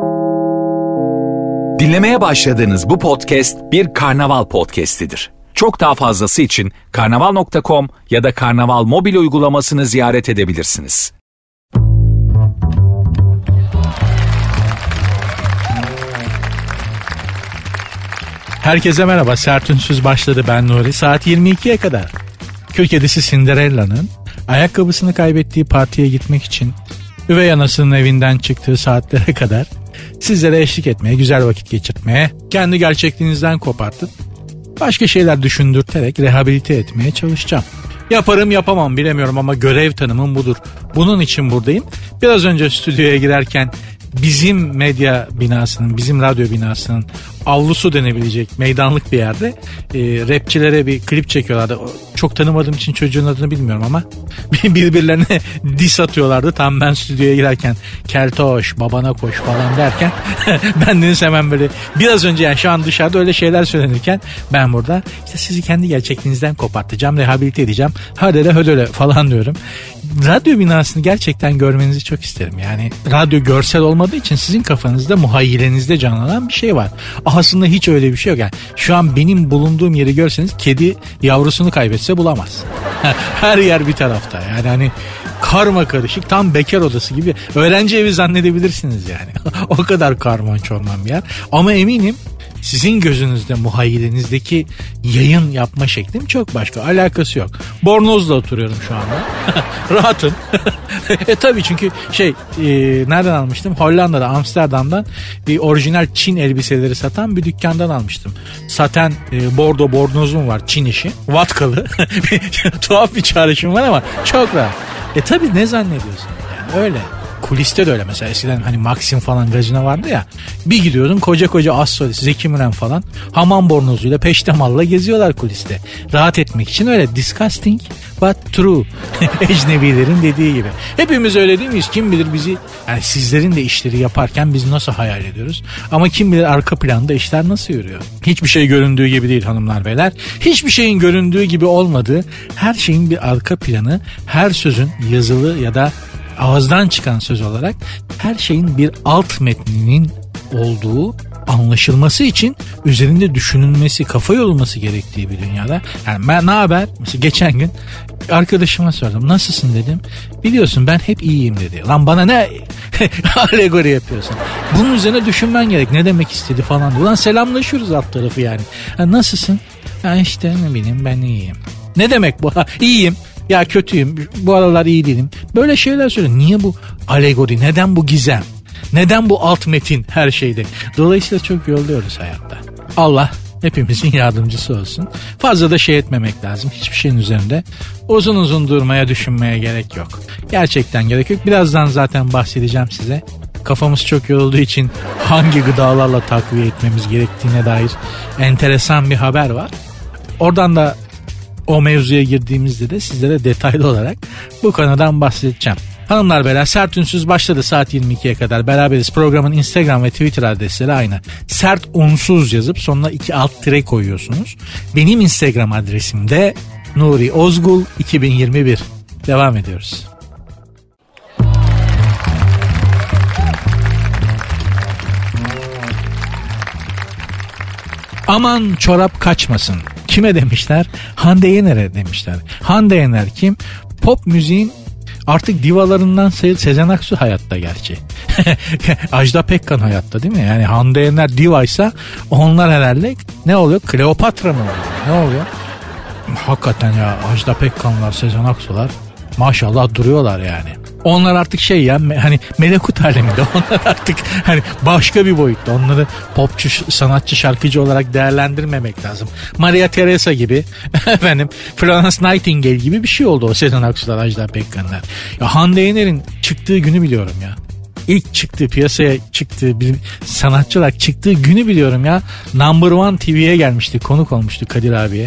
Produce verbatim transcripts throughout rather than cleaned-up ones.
Dinlemeye başladığınız bu podcast bir karnaval podcastidir. Çok daha fazlası için karnaval nokta com ya da Karnaval mobil uygulamasını ziyaret edebilirsiniz. Herkese merhaba. Sert Ünsüz başladı, ben Nuri. Saat yirmi ikiye kadar kül kedisi Cinderella'nın ayakkabısını kaybettiği partiye gitmek için üvey anasının evinden çıktığı saatlere kadar sizlere eşlik etmeye, güzel vakit geçirtmeye, kendi gerçekliğinizden kopartıp başka şeyler düşündürterek rehabilite etmeye çalışacağım. Yaparım yapamam bilemiyorum ama görev tanımım budur. Bunun için buradayım. Biraz önce stüdyoya girerken bizim medya binasının, bizim radyo binasının avlusu denebilecek meydanlık bir yerde e, rapçilere bir klip çekiyorlardı. Çok tanımadığım için çocuğun adını bilmiyorum ama birbirlerine diss atıyorlardı. Tam ben stüdyoya girerken keltoş, babana koş falan derken ben deniz hemen böyle biraz önce, yani şu an dışarıda öyle şeyler söylenirken ben burada işte sizi kendi gerçekliğinizden kopartacağım, rehabilite edeceğim, hadi de hödöle falan diyorum. Radyo binasını gerçekten görmenizi çok isterim. Yani radyo görsel olmadığı için sizin kafanızda, muhayyilenizde canlanan bir şey var. Aslında hiç öyle bir şey yok. Yani şu an benim bulunduğum yeri görseniz kedi yavrusunu kaybetse bulamaz. Her yer bir tarafta. Yani hani karma karışık, tam bekar odası gibi. Öğrenci evi zannedebilirsiniz yani. O kadar karman çorman bir yer. Ama eminim sizin gözünüzde, muhayyilenizdeki yayın yapma şeklim çok başka. Alakası yok. Bornoz'da oturuyorum şu anda. Rahatım. e tabii çünkü şey e, nereden almıştım? Hollanda'da, Amsterdam'dan bir orijinal Çin elbiseleri satan bir dükkandan almıştım. Saten e, bordo bornozum var, Çin işi. Vatkalı. Tuhaf bir çağrışım var ama çok rahat. E tabii ne zannediyorsun? Yani öyle. Kuliste de öyle mesela, eskiden hani Maxim falan gazino vardı ya, bir gidiyordun koca koca az solist Zeki Müren falan hamam bornozuyla peştemalla geziyorlar kuliste. Rahat etmek için öyle. Disgusting but true. Ecnebilerin dediği gibi. Hepimiz öyle değil miyiz? Kim bilir bizi, yani sizlerin de işleri yaparken biz nasıl hayal ediyoruz? Ama kim bilir arka planda işler nasıl yürüyor? Hiçbir şey göründüğü gibi değil hanımlar beyler. Hiçbir şeyin göründüğü gibi olmadığı, her şeyin bir arka planı, her sözün yazılı ya da ağızdan çıkan söz olarak her şeyin bir alt metninin olduğu, anlaşılması için üzerinde düşünülmesi, kafa yorulması gerektiği bir dünyada. Yani ben ne haber? Mesela geçen gün arkadaşıma sordum. Nasılsın dedim. Biliyorsun ben hep iyiyim dedi. Lan bana ne alegori yapıyorsun? Bunun üzerine düşünmen gerek. Ne demek istedi falan diyor. Lan selamlaşıyoruz alt tarafı yani. Ha, nasılsın? Ha işte ne bileyim, ben iyiyim. Ne demek bu? Ha, iyiyim. Ya kötüyüm, bu aralar iyi değilim. Böyle şeyler söylüyor. Niye bu alegori? Neden bu gizem? Neden bu alt metin her şeyde? Dolayısıyla çok yolluyoruz hayatta. Allah hepimizin yardımcısı olsun. Fazla da şey etmemek lazım. Hiçbir şeyin üzerinde uzun uzun durmaya, düşünmeye gerek yok. Gerçekten gerek yok. Birazdan zaten bahsedeceğim size. Kafamız çok yorulduğu için hangi gıdalarla takviye etmemiz gerektiğine dair enteresan bir haber var. Oradan da o mevzuya girdiğimizde de sizlere detaylı olarak bu konudan bahsedeceğim. Hanımlar beyler, Sert Ünsüz başladı. Saat yirmi ikiye kadar beraberiz. Programın Instagram ve Twitter adresleri aynı. Sert Unsuz yazıp sonuna iki alt tire koyuyorsunuz. Benim Instagram adresim de Nuri Ozgul iki bin yirmi bir. Devam ediyoruz. Aman çorap kaçmasın. Kime demişler? Hande Yener'e demişler. Hande Yener kim? Pop müziğin artık divalarından sayılır. Sezen Aksu hayatta gerçi. Ajda Pekkan hayatta değil mi? Yani Hande Yener divaysa onlar herhalde ne oluyor? Kleopatra mı oluyor? Ne oluyor? Hakikaten ya, Ajda Pekkanlar, Sezen Aksu'lar maşallah duruyorlar yani. Onlar artık şey ya, hani melekut aleminde, onlar artık hani başka bir boyutta. Onları popçu, sanatçı, şarkıcı olarak değerlendirmemek lazım. Maria Teresa gibi, efendim Florence Nightingale gibi bir şey oldu o Sezen Aksu'lar, Ajda Pekkanlar. Ya Hande Yener'in çıktığı günü biliyorum ya. İlk çıktığı, piyasaya çıktığı, bir sanatçı olarak çıktığı günü biliyorum ya. Number One T V'ye gelmişti, konuk olmuştu Kadir abiye.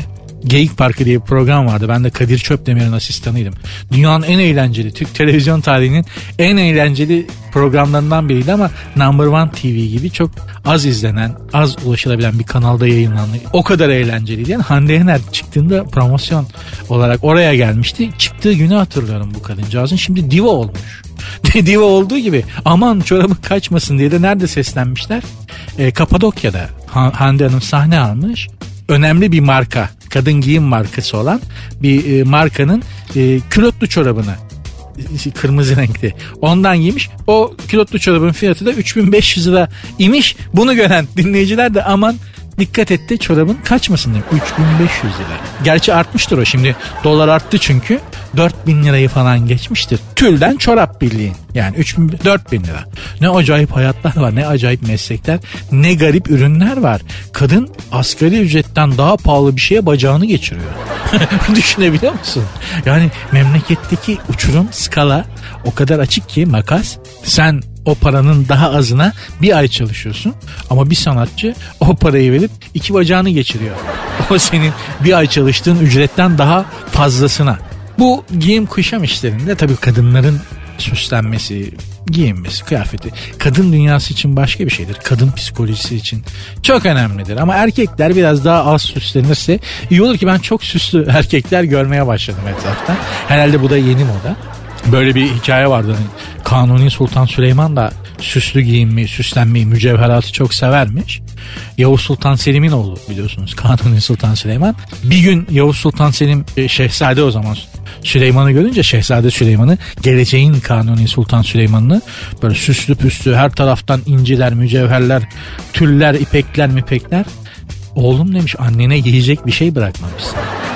Geyik Parkı diye bir program vardı. Ben de Kadir Çöpdemir'in asistanıydım. Dünyanın en eğlenceli, Türk televizyon tarihinin en eğlenceli programlarından biriydi ama Number One T V gibi çok az izlenen, az ulaşılabilen bir kanalda yayınlandı. O kadar eğlenceliydi. Yani Hande Yener çıktığında promosyon olarak oraya gelmişti. Çıktığı günü hatırlıyorum bu kadıncağızın. Şimdi diva olmuş. Diva olduğu gibi aman çorabın kaçmasın diye de nerede seslenmişler? E, Kapadokya'da Hande Hanım sahne almış. Önemli bir marka, kadın giyim markası olan bir e, markanın e, külotlu çorabını, kırmızı renkli, ondan giymiş. O külotlu çorabın fiyatı da üç bin beş yüz lira imiş. Bunu gören dinleyiciler de aman dikkat etti çorabın kaçmasın demiş. üç bin beş yüz lira. Gerçi artmıştır o şimdi. Dolar arttı çünkü. dört bin lirayı falan geçmiştir. Tülden çorap bildiğin. Yani üç bin, dört bin lira. Ne acayip hayatlar var. Ne acayip meslekler. Ne garip ürünler var. Kadın asgari ücretten daha pahalı bir şeye bacağını geçiriyor. Düşünebiliyor musun? Yani memleketteki uçurum, skala o kadar açık ki makas. Sen o paranın daha azına bir ay çalışıyorsun ama bir sanatçı o parayı verip iki bacağını geçiriyor. O senin bir ay çalıştığın ücretten daha fazlasına. Bu giyim kuşam işlerinde tabii kadınların süslenmesi, giyinmesi, kıyafeti kadın dünyası için başka bir şeydir. Kadın psikolojisi için çok önemlidir. Ama erkekler biraz daha az süslenirse iyi olur ki ben çok süslü erkekler görmeye başladım etrafta. Herhalde bu da yeni moda. Böyle bir hikaye vardı. Hani Kanuni Sultan Süleyman da süslü giyinmeyi, süslenmeyi, mücevheratı çok severmiş. Yavuz Sultan Selim'in oğlu biliyorsunuz Kanuni Sultan Süleyman. Bir gün Yavuz Sultan Selim e, şehzade o zaman Süleyman'ı görünce Şehzade Süleyman'ı, geleceğin Kanuni Sultan Süleyman'ını böyle süslü püslü her taraftan inciler, mücevherler, tüller, ipekler, mipekler. Oğlum demiş annene giyecek bir şey bırakmamışsın.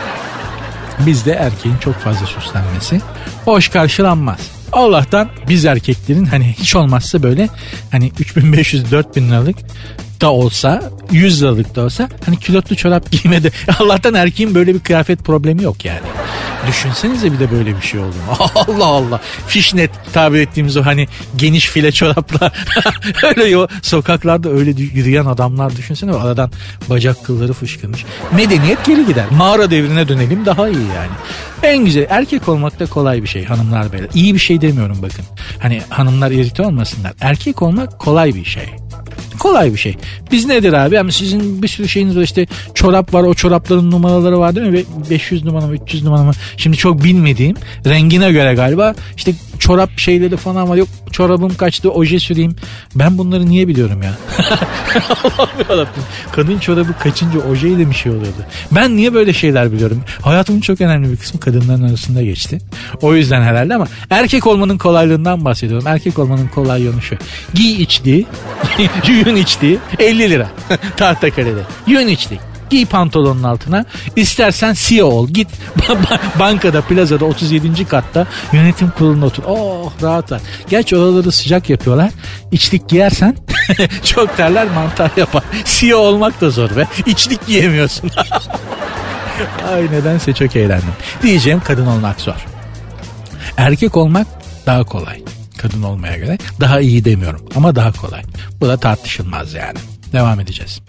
Bizde erkeğin çok fazla süslenmesi hoş karşılanmaz. Allah'tan biz erkeklerin hani hiç olmazsa böyle hani üç bin beş yüz dört bin liralık da olsa, yüz liralık da olsa hani külotlu çorap giymede Allah'tan erkeğin böyle bir kıyafet problemi yok yani. Düşünsenize bir de böyle bir şey oldu. Allah Allah. Fishnet tabir ettiğimiz o hani geniş file çorapla öyle o sokaklarda öyle yürüyen adamlar düşünsene. Aradan bacak kılları fışkırmış. Medeniyet geri gider. Mağara devrine dönelim daha iyi yani. En güzel erkek olmak da kolay bir şey hanımlar böyle. İyi bir şey demiyorum bakın. Hani hanımlar irite olmasınlar. Erkek olmak kolay bir şey. Kolay bir şey. Biz nedir abi? Yani sizin bir sürü şeyiniz var işte çorap var, o çorapların numaraları var değil mi? beş yüz numara mı üç yüz numara mı? Şimdi çok bilmediğim rengine göre galiba işte çorap şeyleri falan var. Yok çorabım kaçtı oje süreyim. Ben bunları niye biliyorum ya? Allah'ım yarabbim. Kadın çorabı kaçınca ojeyle mi şey oluyordu? Ben niye böyle şeyler biliyorum? Hayatımın çok önemli bir kısmı kadınların arasında geçti. O yüzden herhalde ama erkek olmanın kolaylığından bahsediyorum. Erkek olmanın kolay yönü şu. Giy içtiği yün içtiği elli lira Tahtakale'de. Yün içtik. Giy pantolonun altına. İstersen C E O ol. Git bankada, plazada otuz yedinci katta yönetim kuruluna otur. Oh rahat rahat. Gerçi oraları sıcak yapıyorlar. İçlik giyersen çok terler mantar yapar. C E O olmak da zor be. İçlik giyemiyorsun. Ay nedense çok eğlendim. Diyeceğim kadın olmak zor. Erkek olmak daha kolay. Kadın olmaya göre daha iyi demiyorum ama daha kolay. Bu da tartışılmaz yani. Devam edeceğiz.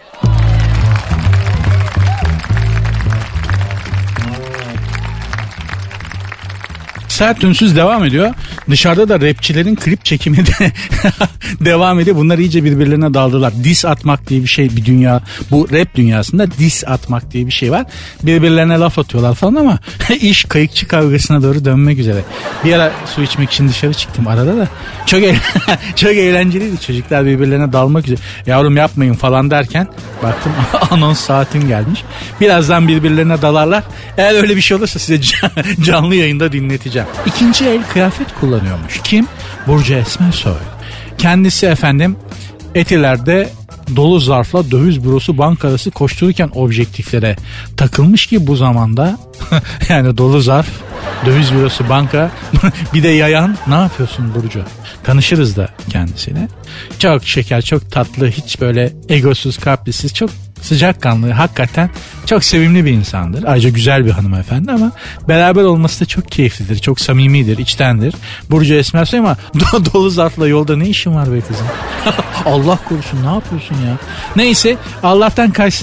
Sert Ünsüz devam ediyor. Dışarıda da rapçilerin klip çekimi de devam ediyor. Bunlar iyice birbirlerine daldılar. Diss atmak diye bir şey bir dünya. Bu rap dünyasında diss atmak diye bir şey var. Birbirlerine laf atıyorlar falan ama iş kayıkçı kavgasına doğru dönmek üzere. Bir ara su içmek için dışarı çıktım arada da. Çok e- çok eğlenceliydi. Çocuklar birbirlerine dalmak üzere. Yavrum yapmayın falan derken baktım anons saatim gelmiş. Birazdan birbirlerine dalarlar. Eğer öyle bir şey olursa size canlı yayında dinleteceğim. İkinci el kıyafet kullanıyormuş. Kim? Burcu Esmersoy. Kendisi efendim Etiler'de dolu zarfla döviz bürosu bankası koştururken objektiflere takılmış ki bu zamanda yani dolu zarf, döviz bürosu banka bir de yayan ne yapıyorsun Burcu? Tanışırız da kendisiyle. Çok şeker, çok tatlı, hiç böyle egosuz, kaprisiz, çok sıcakkanlı, hakikaten çok sevimli bir insandır. Ayrıca güzel bir hanımefendi ama beraber olması da çok keyiflidir, çok samimidir, içtendir. Burcu Esmersoy ama dolu zarfla yolda ne işin var be kızım? Allah korusun ne yapıyorsun ya? Neyse Allah'tan karşısına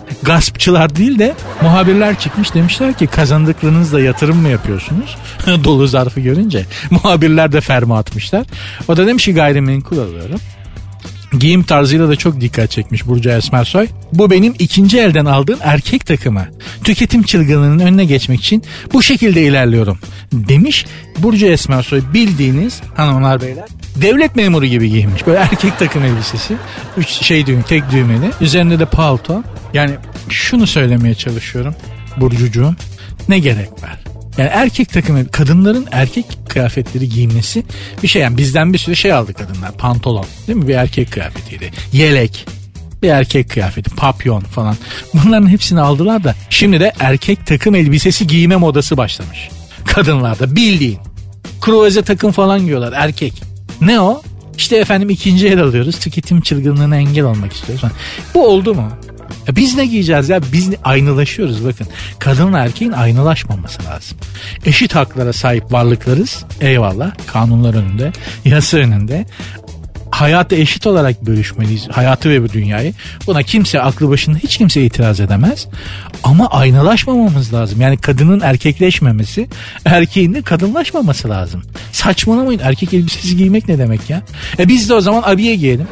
gaspçılar değil de muhabirler çıkmış, demişler ki kazandıklarınızla yatırım mı yapıyorsunuz? Dolu zarfı görünce muhabirler de ferma atmışlar. O da demiş ki gayrimenkul alıyorum. Giyim tarzıyla da çok dikkat çekmiş Burcu Esmersoy. Bu benim ikinci elden aldığım erkek takımı. Tüketim çılgınlığının önüne geçmek için bu şekilde ilerliyorum demiş. Burcu Esmersoy bildiğiniz hanımlar beyler devlet memuru gibi giyinmiş. Böyle erkek takım elbisesi. Üç şey düğüm, tek düğmeli. Üzerinde de palto. Yani şunu söylemeye çalışıyorum Burcucuğum. Ne gerek var? Yani erkek takımı, kadınların erkek kıyafetleri giyinmesi bir şey. Yani bizden bir sürü şey aldı kadınlar. Pantolon değil mi? Bir erkek kıyafetiydi. Yelek bir erkek kıyafeti. Papyon falan. Bunların hepsini aldılar da şimdi de erkek takım elbisesi giyme modası başlamış. Kadınlarda bildiğin. Kruvaze takım falan giyiyorlar erkek. Ne o? İşte efendim ikinci el alıyoruz. Tüketim çılgınlığına engel olmak istiyoruz falan. Bu oldu mu? Ya biz ne giyeceğiz ya? Biz aynılaşıyoruz bakın. Kadınla erkeğin aynılaşmaması lazım. Eşit haklara sahip varlıklarız. Eyvallah. Kanunlar önünde, yasa önünde. Hayatı eşit olarak bölüşmeliyiz. Hayatı ve bu dünyayı. Buna kimse, aklı başında hiç kimse itiraz edemez. Ama aynalaşmamamız lazım. Yani kadının erkekleşmemesi, erkeğin de kadınlaşmaması lazım. Saçmalamayın. Erkek elbisesi giymek ne demek ya? E biz de o zaman abiye giyelim.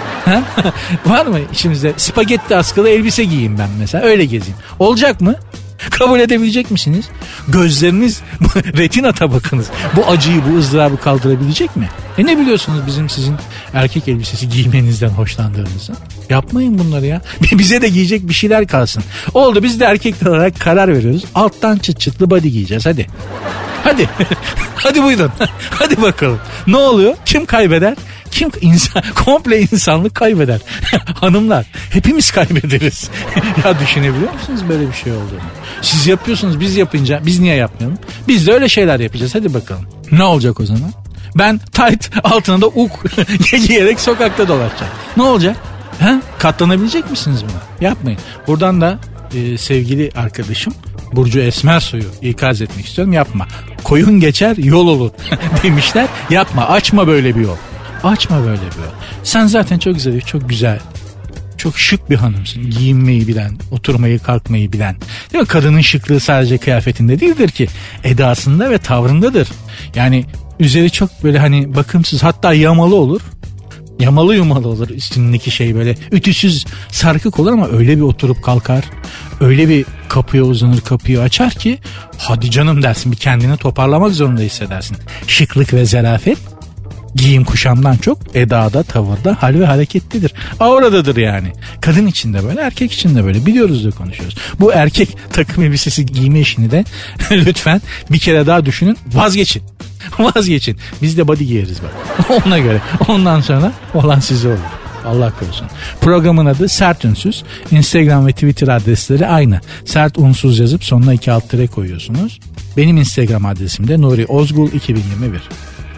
Var mı işimizde spagetti askılı elbise giyeyim ben mesela, öyle gezeyim. Olacak mı? Kabul edebilecek misiniz? Gözleriniz, retina tabakınız bu acıyı, bu ızdırabı kaldırabilecek mi? E ne biliyorsunuz bizim sizin erkek elbisesi giymenizden hoşlandığınızı? Yapmayın bunları ya. Bize de giyecek bir şeyler kalsın. Oldu, biz de erkek olarak karar veriyoruz. Alttan çıt çıtlı body giyeceğiz hadi. Hadi. Hadi buyurun. Hadi bakalım. Ne oluyor? Kim kaybeder? Kim insan, komple insanlık kaybeder. Hanımlar, hepimiz kaybederiz. Ya düşünebiliyor musunuz böyle bir şey olduğunu? Siz yapıyorsunuz, biz yapınca biz niye yapmayalım? Biz de öyle şeyler yapacağız. Hadi bakalım. Ne olacak o zaman? Ben tight altına da uk giyerek sokakta dolaşacağım. Ne olacak? Ha? Katlanabilecek misiniz buna? Yapmayın. Buradan da e, sevgili arkadaşım Burcu Esmersoy'u ikaz etmek istiyorum. Yapma. Koyun geçer yol olur demişler. Yapma. Açma böyle bir yol. Açma böyle bir yol. Sen zaten çok güzel, çok güzel, çok şık bir hanımsın. Giyinmeyi bilen, oturmayı, kalkmayı bilen. Değil mi? Kadının şıklığı sadece kıyafetinde değildir ki. Edasında ve tavrındadır. Yani üzeri çok böyle hani bakımsız, hatta yamalı olur. Yamalı yumalı olur üstündeki şey, böyle ütüsüz sarkık olur ama öyle bir oturup kalkar, öyle bir kapıya uzanır, kapıyı açar ki hadi canım dersin, bir kendini toparlamak zorunda hissedersin. Şıklık ve zarafet giyim kuşamdan çok edada, tavırda, hal ve hareketlidir. Auradadır yani. Kadın için de böyle, erkek için de böyle. Biliyoruz da konuşuyoruz. Bu erkek takım elbisesi giyme işini de lütfen bir kere daha düşünün. Vazgeçin. Vazgeçin. Biz de body giyeriz bak. Ona göre. Ondan sonra olan size olur. Allah korusun. Programın adı Sert Ünsüz. Instagram ve Twitter adresleri aynı. Sert Unsuz yazıp sonuna iki alt tire koyuyorsunuz. Benim Instagram adresim de Nuri Ozgul iki bin yirmi bir.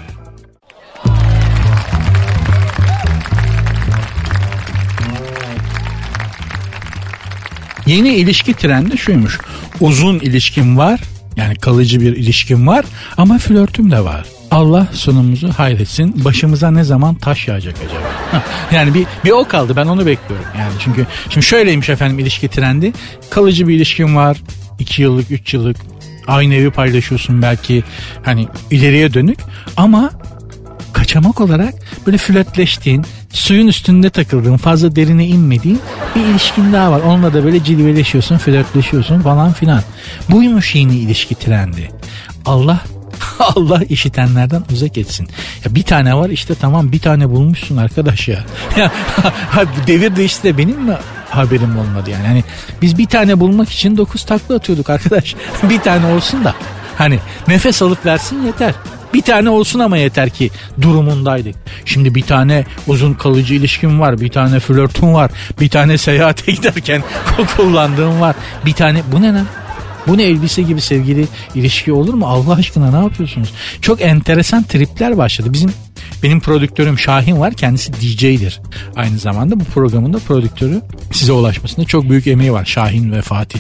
Yeni ilişki trendi şuymuş. Uzun ilişkim var, yani kalıcı bir ilişkim var ama flörtüm de var. Allah sonumuzu hayretsin. Başımıza ne zaman taş yağacak acaba? Yani bir, bir o kaldı, ben onu bekliyorum. Yani çünkü şimdi şöyleymiş efendim ilişki trendi. Kalıcı bir ilişkim var. iki yıllık, üç yıllık. Aynı evi paylaşıyorsun belki, hani ileriye dönük. Ama kaçamak olarak böyle flörtleştiğin, suyun üstünde takıldığın, fazla derine inmediğin bir ilişkin daha var. Onunla da böyle cilveleşiyorsun, flörtleşiyorsun falan filan. Buymuş yeni ilişki trendi. Allah Allah işitenlerden uzak etsin. Ya bir tane var işte, tamam bir tane bulmuşsun arkadaş ya. Ya devir değişti de benim mi haberim olmadı yani. Hani biz bir tane bulmak için dokuz takla atıyorduk arkadaş. Bir tane olsun da hani nefes alıp versin yeter. Bir tane olsun ama yeter ki durumundaydık. Şimdi bir tane uzun kalıcı ilişkim var, bir tane flörtüm var, bir tane seyahate giderken kullandığım var. Bir tane, bu ne lan? Bu ne elbise gibi sevgili ilişki olur mu? Allah aşkına ne yapıyorsunuz? Çok enteresan tripler başladı. Bizim benim prodüktörüm Şahin var. Kendisi D J'dir. Aynı zamanda bu programın da prodüktörü. Size ulaşmasında çok büyük emeği var Şahin ve Fatih'in.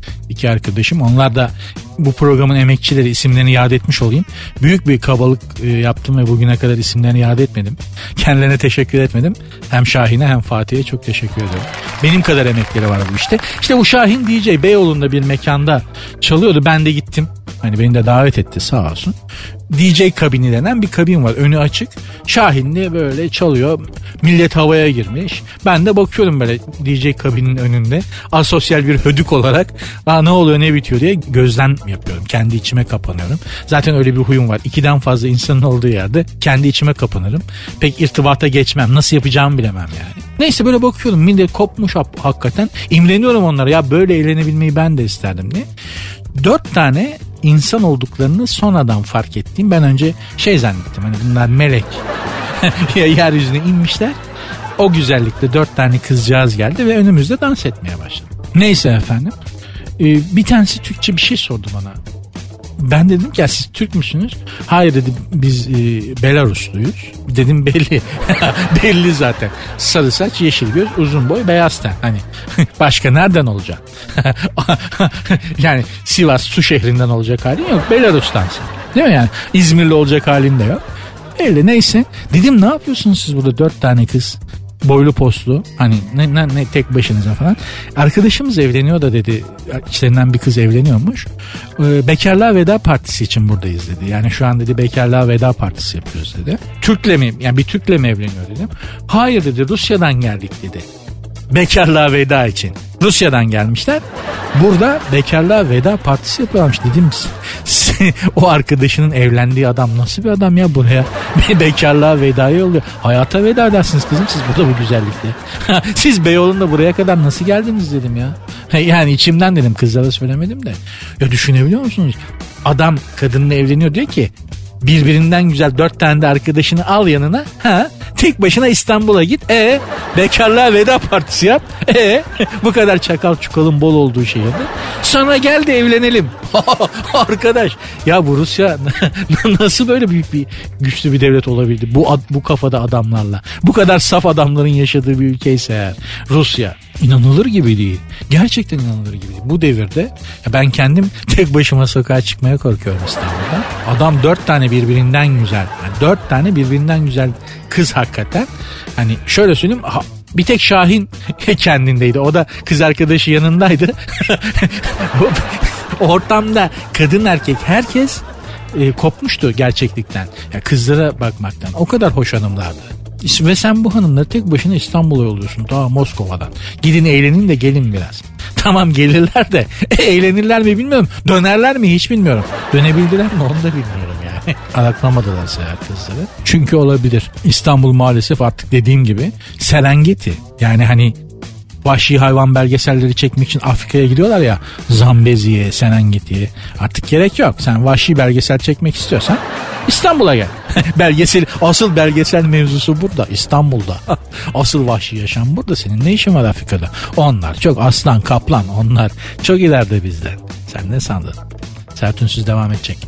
iki arkadaşım. Onlar da bu programın emekçileri, isimlerini yad etmiş olayım. Büyük bir kabalık e, yaptım ve bugüne kadar isimlerini yad etmedim. Kendilerine teşekkür etmedim. Hem Şahin'e hem Fatih'e çok teşekkür ediyorum. Benim kadar emekleri var bu işte. İşte bu Şahin D J Beyoğlu'nda bir mekanda çalıyordu. Ben de gittim. Hani beni de davet etti sağ olsun. D J kabini denen bir kabin var. Önü açık. Şahin'le böyle çalıyor. Millet havaya girmiş. Ben de bakıyorum böyle D J kabinin önünde. Asosyal bir hödük olarak. Aa, ne oluyor ne bitiyor diye gözlem yapıyorum. Kendi içime kapanıyorum. Zaten öyle bir huyum var. İkiden fazla insanın olduğu yerde kendi içime kapanırım. Pek irtibata geçmem. Nasıl yapacağımı bilemem yani. Neyse böyle bakıyorum. Millet kopmuş hakikaten. İmreniyorum onlara. Ya böyle eğlenebilmeyi ben de isterdim diye. Dört tane insan olduklarını sonradan fark ettiğim, ben önce şey zannettim, hani bunlar melek yeryüzüne inmişler, o güzellikte dört tane kızcağız geldi ve önümüzde dans etmeye başladı. Neyse efendim, ee, bir tanesi Türkçe bir şey sordu bana. Ben dedim ki ya siz Türk müsünüz? Hayır dedi, biz e, Belarusluyuz. Dedim belli. Belli zaten. Sarı saç, yeşil göz, uzun boy, beyaz ten. Hani başka nereden olacak? Yani Sivas Su şehrinden olacak halin yok. Belarus'tansın. Değil mi yani? İzmirli olacak halin de yok. Öyle neyse. Dedim ne yapıyorsunuz siz burada dört tane kız? Boylu postlu, hani ne, ne, ne tek başınıza falan. Arkadaşımız evleniyor da dedi, içlerinden bir kız evleniyormuş. Ee, bekarlığa veda partisi için buradayız dedi. Yani şu an dedi bekarlığa veda partisi yapıyoruz dedi. Türk'le mi, yani bir Türk'le mi evleniyor dedim. Hayır dedi, Rusya'dan geldik dedi. Bekarlığa veda için. Rusya'dan gelmişler. Burada bekarlığa veda partisi yapıyormuş. Dedim o arkadaşının evlendiği adam nasıl bir adam ya, buraya bekarlığa vedayı oluyor. Hayata veda edersiniz kızım siz burada bu güzellikle. Siz Beyoğlu'nda buraya kadar nasıl geldiniz dedim ya. Yani içimden dedim, kızlara söylemedim de. Ya düşünebiliyor musunuz? Adam kadınla evleniyor, diyor ki birbirinden güzel dört tane de arkadaşını al yanına. Ha, tek başına İstanbul'a git. E bekarlığa veda partisi yap. E bu kadar çakal çukalın bol olduğu şehirde. Sonra gel de evlenelim. Arkadaş ya, bu Rusya nasıl böyle büyük bir güçlü bir devlet olabildi? Bu bu kafada adamlarla. Bu kadar saf adamların yaşadığı bir ülkeyse eğer Rusya. İnanılır gibi değil. Gerçekten inanılır gibi değil. Bu devirde ben kendim tek başıma sokağa çıkmaya korkuyorum İstanbul'da. Adam dört tane birbirinden güzel. Yani dört tane birbirinden güzel kız hakikaten. Hani şöyle söyleyeyim, bir tek Şahin kendindeydi. O da kız arkadaşı yanındaydı. Ortamda kadın erkek herkes e, kopmuştu gerçeklikten. Ya kızlara bakmaktan. O kadar hoş hanımlardı. Ve sen bu hanımları tek başına İstanbul'a yolluyorsun, daha Moskova'dan. Gidin eğlenin de gelin biraz. Tamam gelirler de e, eğlenirler mi bilmiyorum. Dönerler mi hiç bilmiyorum. Dönebildiler mi onu da bilmiyorum yani. Araklamadılar seyahat kızları. Çünkü olabilir. İstanbul maalesef artık dediğim gibi Serengeti. Yani hani vahşi hayvan belgeselleri çekmek için Afrika'ya gidiyorlar ya, Zambezi'ye, Serengeti'ye. Artık gerek yok. Sen vahşi belgesel çekmek istiyorsan İstanbul'a gel. Belgesel, asıl belgesel mevzusu burada, İstanbul'da. Asıl vahşi yaşam burada. Senin ne işin var Afrika'da? Onlar çok aslan kaplan, onlar çok ileride bizden. Sen ne sandın? Sert Ünsüz devam edecek.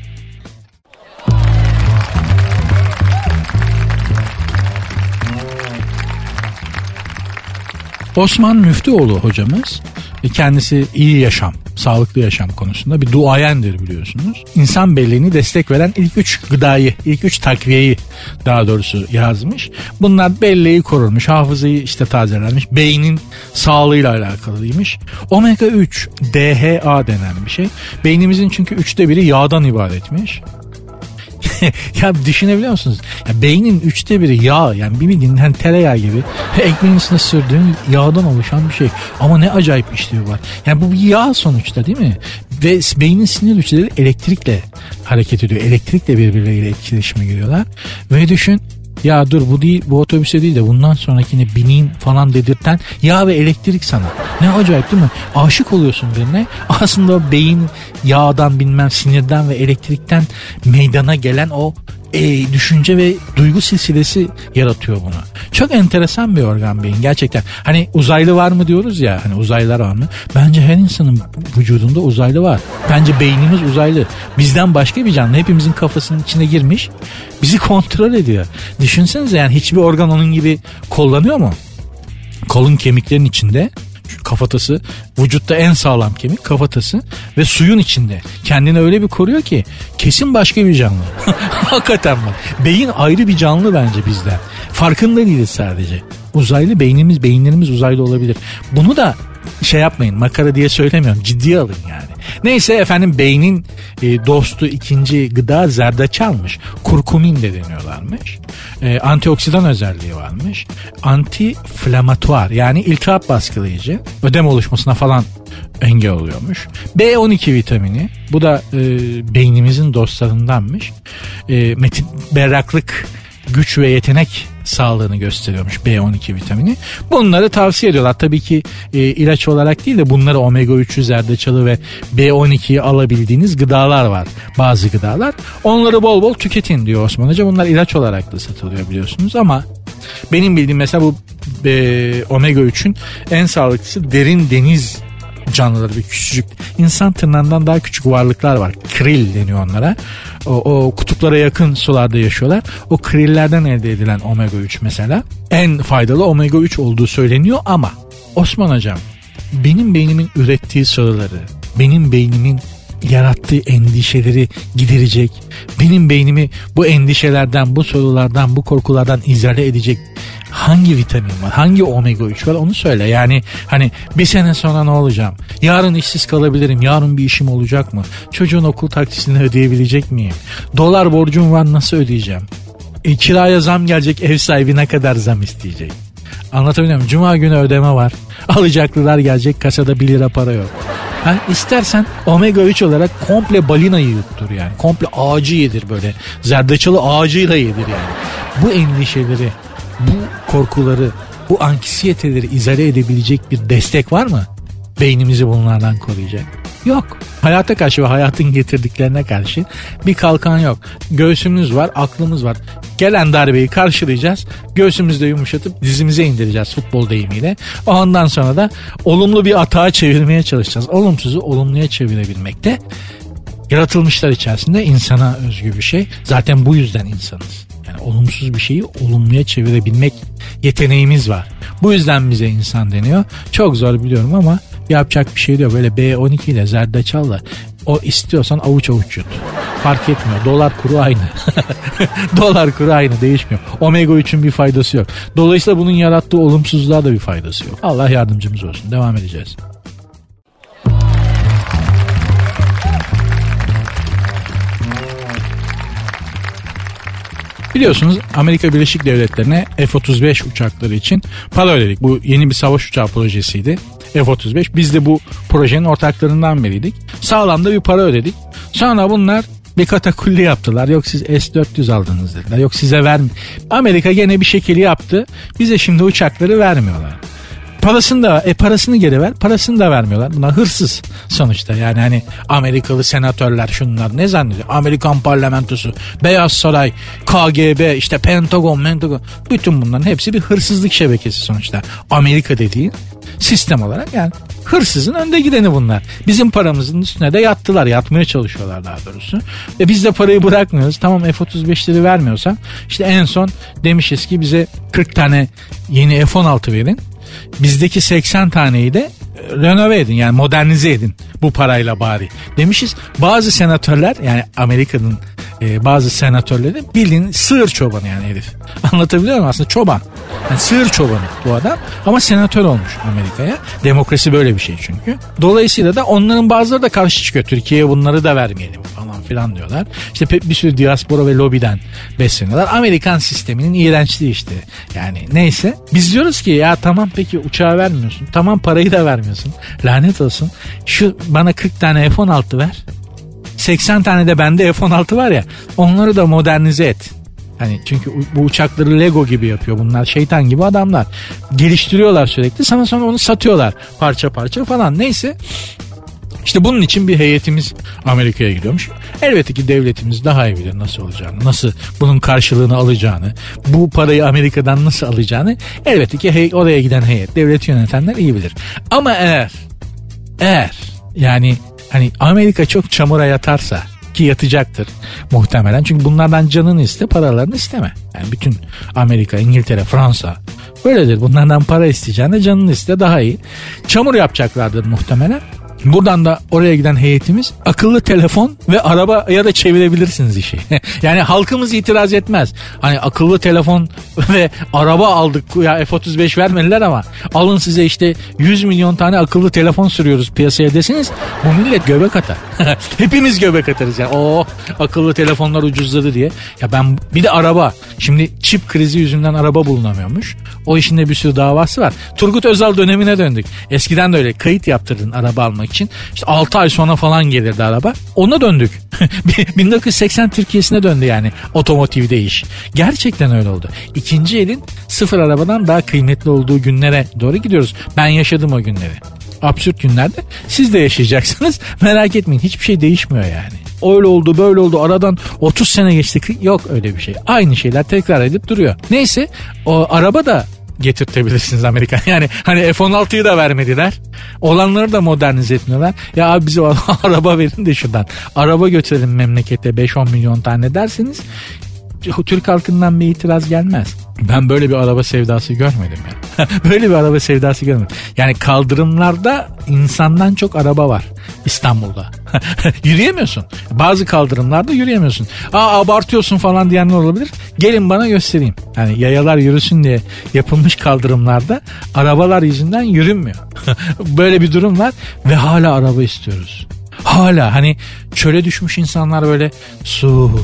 Osman Müftüoğlu hocamız, kendisi iyi yaşam, sağlıklı yaşam konusunda bir duayendir biliyorsunuz. İnsan belleğini destek veren ilk üç gıdayı, ilk üç takviyeyi daha doğrusu yazmış. Bunlar belleği korurmuş, hafızayı işte tazelenmiş, beynin sağlığıyla alakalıymış. Omega üç, D H A denen bir şey. Beynimizin çünkü üçte biri yağdan ibaretmiş. Ya düşünebiliyor musunuz? Ya beynin üçte biri yağ, yani bir bildiğin hani tereyağı gibi ekmeğin üstüne sürdüğün yağdan oluşan bir şey. Ama ne acayip işlevi var. Yani bu bir yağ sonuçta değil mi? Ve beynin sinir hücreleri elektrikle hareket ediyor. Elektrikle birbirleriyle etkileşime giriyorlar. Ve düşün, ya dur bu değil, bu otobüse değil de bundan sonrakine bineyim falan dedirten yağ ve elektrik sana. Ne acayip değil mi? Aşık oluyorsun birine. Aslında beyin yağdan, bilmem sinirden ve elektrikten meydana gelen o e, düşünce ve duygu silsilesi yaratıyor bunu. Çok enteresan bir organ beyin gerçekten. Hani uzaylı var mı diyoruz ya, hani uzaylılar var mı? Bence her insanın vücudunda uzaylı var. Bence beynimiz uzaylı. Bizden başka bir canlı. Hepimizin kafasının içine girmiş. Bizi kontrol ediyor. Düşünsenize, yani hiçbir organ onun gibi kullanıyor mu? Kolun kemiklerin içinde Kafatası vücutta en sağlam kemik kafatası ve suyun içinde kendini öyle bir koruyor ki kesin başka bir canlı. Hakikaten bak. Beyin ayrı bir canlı bence bizden. Farkında değiliz sadece. Uzaylı beynimiz, beyinlerimiz uzaylı olabilir. Bunu da şey yapmayın, makara diye söylemiyorum, ciddiye alın yani. Neyse efendim, beynin e, dostu ikinci gıda zerdeçalmış. Kurkumin de deniyorlarmış. E, antioksidan özelliği varmış. Anti-inflamatuar, yani iltihap baskılayıcı. Ödem oluşmasına falan engel oluyormuş. B on iki vitamini, bu da e, beynimizin dostlarındanmış. E, metin, berraklık, güç ve yetenek sağlığını gösteriyormuş B on iki vitamini. Bunları tavsiye ediyorlar. Tabii ki e, ilaç olarak değil de bunları omega üçü, zerdeçalı ve B on ikiyi alabildiğiniz gıdalar var. Bazı gıdalar. Onları bol bol tüketin diyor Osman Hoca. Bunlar ilaç olarak da satılıyor biliyorsunuz ama benim bildiğim mesela bu e, omega üçün en sağlıklısı derin deniz canlıları, bir küçücük insan tırnağından daha küçük varlıklar var. Krill deniyor onlara. O, o kutuplara yakın sularda yaşıyorlar. O krillerden elde edilen omega üç mesela en faydalı omega üç olduğu söyleniyor ama Osman Hocam, benim beynimin ürettiği soruları, benim beynimin yarattığı endişeleri giderecek, benim beynimi bu endişelerden, bu sorulardan, bu korkulardan izole edecek hangi vitamin var, hangi omega üç var onu söyle. Yani hani bir sene sonra ne olacağım? Yarın işsiz kalabilirim. Yarın bir işim olacak mı? Çocuğun okul taksisini ödeyebilecek miyim? Dolar borcum var, nasıl ödeyeceğim? E, kiraya zam gelecek, ev sahibi ne kadar zam isteyecek? Anlatabiliyor muyum? Cuma günü ödeme var. Alacaklılar gelecek, kasada bir lira para yok. Ha, istersen omega üç olarak komple balinayı yuttur yani. Komple ağacı yedir böyle. Zerdeçalı ağacıyla yedir yani. Bu endişeleri, bu korkuları, bu anksiyeteleri izale edebilecek bir destek var mı? Beynimizi bunlardan koruyacak. Yok. Hayata karşı ve hayatın getirdiklerine karşı bir kalkan yok. Göğsümüz var, aklımız var. Gelen darbeyi karşılayacağız. Göğsümüzde yumuşatıp dizimize indireceğiz futbol deyimiyle. Ondan sonra da olumlu bir atağa çevirmeye çalışacağız. Olumsuzu olumluya çevirebilmek de yaratılmışlar içerisinde insana özgü bir şey. Zaten bu yüzden insanız. Yani olumsuz bir şeyi olumluya çevirebilmek yeteneğimiz var. Bu yüzden bize insan deniyor. Çok zor biliyorum ama yapacak bir şey yok. Böyle B on iki ile zerdeçalla o istiyorsan avuç avuç yut. Fark etmiyor. Dolar kuru aynı. Dolar kuru aynı, değişmiyor. omega üçün bir faydası yok. Dolayısıyla bunun yarattığı olumsuzluğa da bir faydası yok. Allah yardımcımız olsun. Devam edeceğiz. Biliyorsunuz Amerika Birleşik Devletleri'ne F otuz beş uçakları için para ödedik. Bu yeni bir savaş uçağı projesiydi. F otuz beş. Biz de bu projenin ortaklarından biriydik. Sağlam da bir para ödedik. Sonra bunlar bir katakulli yaptılar. Yok siz S dört yüz aldınız dediler. Yok size vermi. Amerika gene bir şekil yaptı. Bize şimdi uçakları vermiyorlar. Parasını da e parasını geri ver, parasını da vermiyorlar. Bunlar hırsız sonuçta. Yani hani Amerikalı senatörler şunlar ne zannediyor? Amerikan parlamentosu, Beyaz Saray, K G B, işte Pentagon, Pentagon. Bütün bunların hepsi bir hırsızlık şebekesi sonuçta. Amerika dediğin sistem olarak yani hırsızın önde gideni bunlar. Bizim paramızın üstüne de yattılar. Yatmaya çalışıyorlar daha doğrusu. Ve biz de parayı bırakmıyoruz. Tamam F otuz beşleri vermiyorsa işte en son demişiz ki bize kırk tane yeni F on altı verin. Bizdeki seksen taneyi de renove edin, yani modernize edin bu parayla bari demişiz. Bazı senatörler, yani Amerika'nın e, bazı senatörleri bildiğin sığır çobanı yani herif. Anlatabiliyor muyum? Aslında çoban. Yani sığır çobanı bu adam ama senatör olmuş Amerika'ya. Demokrasi böyle bir şey çünkü. Dolayısıyla da onların bazıları da karşı çıkıyor. Türkiye'ye bunları da vermeyelim falan filan diyorlar. İşte bir sürü diaspora ve lobiden besleniyorlar. Amerikan sisteminin iğrençliği işte. Yani neyse. Biz diyoruz ki ya tamam peki uçağı vermiyorsun. Tamam parayı da vermiyorsun. Lanet olsun. Şu bana kırk tane F on altı ver. seksen tane de bende F on altı var ya. Onları da modernize et. Hani çünkü bu uçakları Lego gibi yapıyor. Bunlar şeytan gibi adamlar. Geliştiriyorlar sürekli. Sana sonra onu satıyorlar parça parça falan. Neyse. İşte bunun için bir heyetimiz Amerika'ya gidiyormuş. Elbette ki devletimiz daha iyi bilir nasıl olacağını, nasıl bunun karşılığını alacağını, bu parayı Amerika'dan nasıl alacağını elbette ki hey, oraya giden heyet, devleti yönetenler iyi bilir. Ama eğer, eğer yani hani Amerika çok çamura yatarsa, ki yatacaktır muhtemelen. Çünkü bunlardan canını iste, paralarını isteme. Yani bütün Amerika, İngiltere, Fransa Böyledir. Bunlardan para isteyeceğine canını iste, daha iyi. Çamur yapacaklardır muhtemelen. Buradan da oraya giden heyetimiz akıllı telefon ve arabaya da çevirebilirsiniz işi. Yani halkımız itiraz etmez. Hani akıllı telefon ve araba aldık ya, F otuz beş vermediler ama alın size işte yüz milyon tane akıllı telefon sürüyoruz piyasaya desiniz, bu millet göbek atar. Hepimiz göbek atarız yani. Oo, akıllı telefonlar ucuzladı diye. Ya ben bir de araba. Şimdi çip krizi yüzünden araba bulunamıyormuş. O işin de bir sürü davası var. Turgut Özal dönemine döndük. Eskiden de öyle kayıt yaptırdın araba almak için. İşte altı ay sonra falan gelirdi araba. Ona döndük. bin dokuz yüz seksen Türkiye'sine döndü yani otomotivde iş. Gerçekten öyle oldu. İkinci elin sıfır arabadan daha kıymetli olduğu günlere doğru gidiyoruz. Ben yaşadım o günleri. Absürt günlerde siz de yaşayacaksınız. Merak etmeyin, hiçbir şey değişmiyor yani. Öyle oldu böyle oldu, aradan otuz sene geçti. Yok öyle bir şey. Aynı şeyler tekrar edip duruyor. Neyse, o araba da getirtebilirsiniz Amerikan. Yani hani F on altıyı da vermediler. Olanları da modernize etmiyorlar. Ya abi bize araba verin de şuradan. Araba götürelim memlekete beş on milyon tane derseniz Türk halkından bir itiraz gelmez. Ben böyle bir araba sevdası görmedim ya. Böyle bir araba sevdası görmedim. Yani kaldırımlarda insandan çok araba var İstanbul'da. Yürüyemiyorsun. Bazı kaldırımlarda yürüyemiyorsun. Aa abartıyorsun falan diyenler olabilir. Gelin bana göstereyim. Yani yayalar yürüsün diye yapılmış kaldırımlarda arabalar yüzünden yürünmüyor. Böyle bir durum var ve hala araba istiyoruz. Hala hani çöle düşmüş insanlar böyle su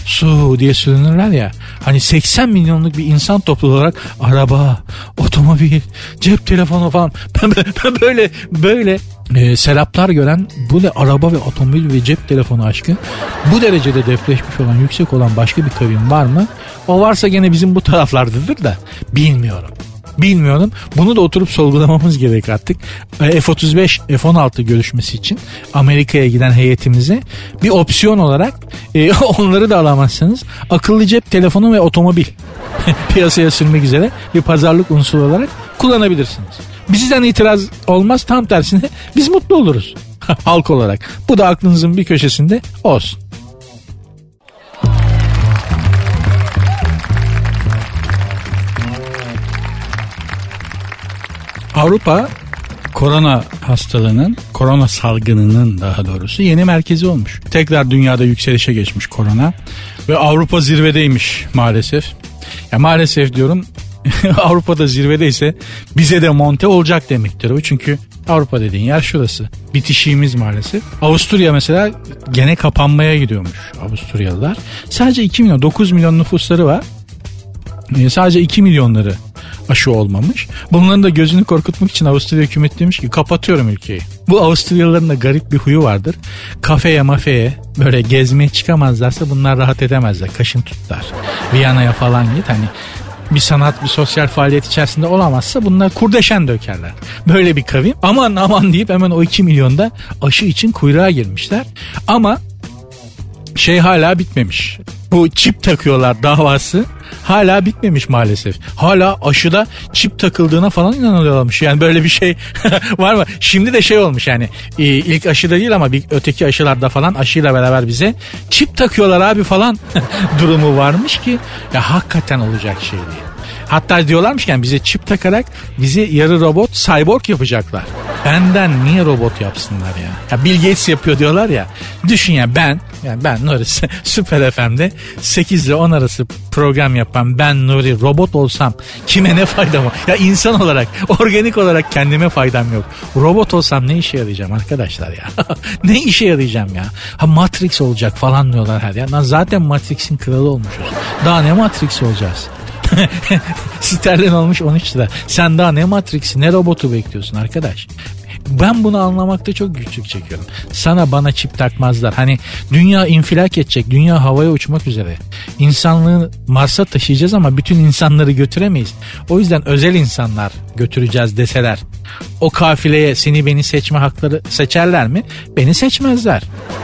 su diye sürünürler ya. Hani seksen milyonluk bir insan topluluğu olarak araba, otomobil, cep telefonu falan. Ben, ben böyle böyle e, seraplar gören bu da araba ve otomobil ve cep telefonu aşkı bu derecede depreşmiş olan, yüksek olan başka bir kavim var mı? O varsa gene bizim bu taraflardadır da bilmiyorum. Bilmiyorum. Bunu da oturup sorgulamamız gerek artık. F otuz beş, F on altı görüşmesi için Amerika'ya giden heyetimize bir opsiyon olarak e, onları da alamazsanız akıllı cep telefonu ve otomobil piyasaya sürmek üzere bir pazarlık unsuru olarak kullanabilirsiniz. Bizden itiraz olmaz, tam tersine biz mutlu oluruz halk olarak. Bu da aklınızın bir köşesinde olsun. Avrupa korona hastalığının, korona salgınının daha doğrusu yeni merkezi olmuş. Tekrar dünyada yükselişe geçmiş korona ve Avrupa zirvedeymiş maalesef. Ya maalesef diyorum, Avrupa'da zirvedeyse bize de monte olacak demektir o. Çünkü Avrupa dediğin yer şurası. Bitişiğimiz maalesef. Avusturya mesela gene kapanmaya gidiyormuş Avusturyalılar. Sadece iki milyon, dokuz milyon nüfusları var. Ee, sadece iki milyonları aşı olmamış. Bunların da gözünü korkutmak için Avusturya hükümeti demiş ki kapatıyorum ülkeyi. Bu Avusturyalıların da garip bir huyu vardır. Kafeye mafeye böyle gezmeye çıkamazlarsa bunlar rahat edemezler. Kaşın tutlar. Viyana'ya falan git, hani bir sanat, bir sosyal faaliyet içerisinde olamazsa bunlar kurdeşen dökerler. Böyle bir kavim. Aman aman deyip hemen o iki milyonda aşı için kuyruğa girmişler. Ama şey hala bitmemiş. Bu çip takıyorlar davası hala bitmemiş maalesef. Hala aşıda çip takıldığına falan inanılıyorlarmış. Yani böyle bir şey var mı? Şimdi de şey olmuş yani, ilk aşıda değil ama bir öteki aşılarda falan aşıyla beraber bize çip takıyorlar abi falan durumu varmış ki ya hakikaten olacak şey değil. Hatta diyorlarmış ki yani bize çip takarak bizi yarı robot, cyborg yapacaklar. Benden niye robot yapsınlar ya? Ya Bill Gates yapıyor diyorlar ya. Düşün ya ben, yani ben Nuri Süper F M'de sekiz ile on arası program yapan ben Nuri robot olsam kime ne faydam var? Ya insan olarak, organik olarak kendime faydam yok. Robot olsam ne işe yarayacağım arkadaşlar ya? Ne işe yarayacağım ya? Ha Matrix olacak falan diyorlar her ya. Lan zaten Matrix'in kralı olmuşuz. Daha ne Matrix olacağız? Sterlin olmuş on üç lira. Sen daha ne Matrix'i ne robotu bekliyorsun arkadaş? Ben bunu anlamakta çok güçlük çekiyorum. Sana bana çip takmazlar. Hani dünya infilak edecek. Dünya havaya uçmak üzere. İnsanlığı Mars'a taşıyacağız ama bütün insanları götüremeyiz. O yüzden özel insanlar götüreceğiz deseler, o kafileye seni beni seçme hakları seçerler mi? Beni seçmezler.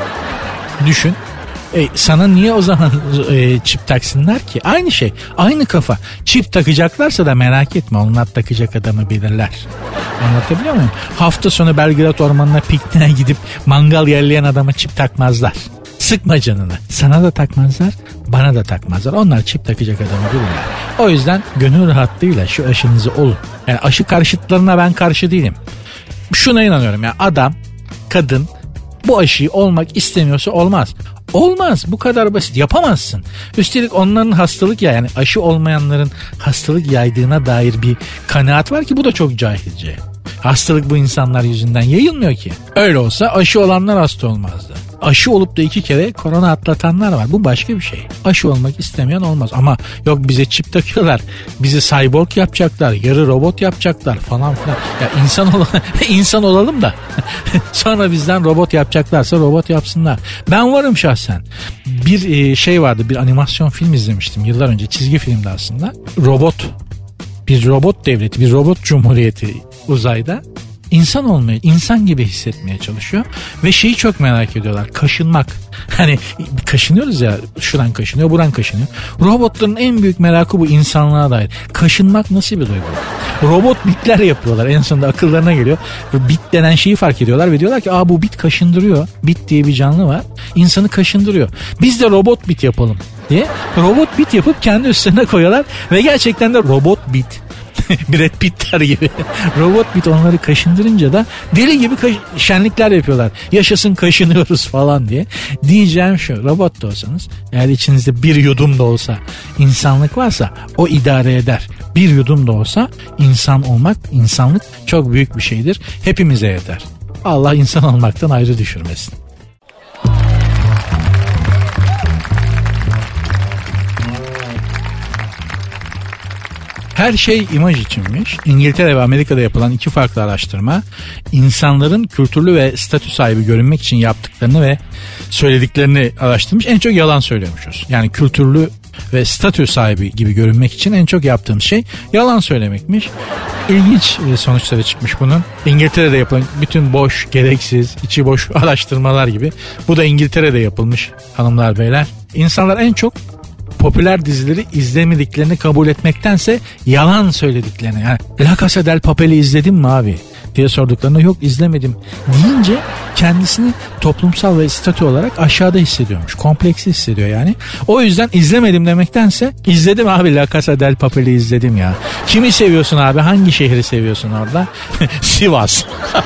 Düşün. E, sana niye o zaman e, çip taksınlar ki? Aynı şey, aynı kafa. Çip takacaklarsa da merak etme, onlar takacak adamı bilirler. Anlatabiliyor muyum? Hafta sonu Belgrad Ormanı'na pikniğe gidip mangal yerleyen adama çip takmazlar. Sıkma canını. Sana da takmazlar, bana da takmazlar. Onlar çip takacak adamı bilirler. O yüzden gönül rahatlığıyla şu aşınızı olun. Yani aşı karşıtlarına ben karşı değilim. Şuna inanıyorum ya, adam, kadın bu aşıyı olmak istemiyorsa olmaz. Olmaz, bu kadar basit, yapamazsın. Üstelik onların hastalık ya yani aşı olmayanların hastalık yaydığına dair bir kanaat var ki bu da çok cahilce. Hastalık bu insanlar yüzünden yayılmıyor ki. Öyle olsa aşı olanlar hasta olmazdı. Aşı olup da iki kere korona atlatanlar var. Bu başka bir şey. Aşı olmak istemeyen olmaz. Ama yok bize çip takıyorlar. Bizi cyborg yapacaklar. Yarı robot yapacaklar falan filan. Ya insan, ol insan olalım da sonra bizden robot yapacaklarsa robot yapsınlar. Ben varım şahsen. Bir şey vardı, bir animasyon film izlemiştim yıllar önce. Çizgi filmdi aslında. Robot. Bir robot devleti, bir robot cumhuriyeti uzayda. İnsan olmaya, insan gibi hissetmeye çalışıyor. Ve şeyi çok merak ediyorlar. Kaşınmak. Hani kaşınıyoruz ya, şuran kaşınıyor, buran kaşınıyor. Robotların en büyük merakı bu, insanlığa dair. Kaşınmak nasıl bir duygu? Robot bitler yapıyorlar. En sonunda akıllarına geliyor. Bit denen şeyi fark ediyorlar ve diyorlar ki aa bu bit kaşındırıyor. Bit diye bir canlı var. İnsanı kaşındırıyor. Biz de robot bit yapalım diye. Robot bit yapıp kendi üstlerine koyuyorlar ve gerçekten de robot bit. Brad Pitt'ler gibi. Robot bit onları kaşındırınca da deli gibi kaş- şenlikler yapıyorlar. Yaşasın kaşınıyoruz falan diye. Diyeceğim şu, robot da olsanız, eğer içinizde bir yudum da olsa insanlık varsa o idare eder. Bir yudum da olsa insan olmak, insanlık çok büyük bir şeydir. Hepimize yeter. Allah insan olmaktan ayrı düşürmesin. Her şey imaj içinmiş. İngiltere ve Amerika'da yapılan iki farklı araştırma insanların kültürlü ve statü sahibi görünmek için yaptıklarını ve söylediklerini araştırmış. En çok yalan söylüyormuşuz. Yani kültürlü ve statü sahibi gibi görünmek için en çok yaptığımız şey yalan söylemekmiş. İlginç sonuçları çıkmış bunun. İngiltere'de yapılan bütün boş, gereksiz, içi boş araştırmalar gibi. Bu da İngiltere'de yapılmış hanımlar beyler. İnsanlar en çok popüler dizileri izlemediklerini kabul etmektense yalan söylediklerini, yani La Casa del Papel'i izledin mi abi diye sorduklarında yok izlemedim deyince kendisini toplumsal ve statü olarak aşağıda hissediyormuş. Kompleksi hissediyor yani. O yüzden izlemedim demektense izledim abi, La Casa del Papel'i izledim ya. Kimi seviyorsun abi? Hangi şehri seviyorsun orada? Sivas.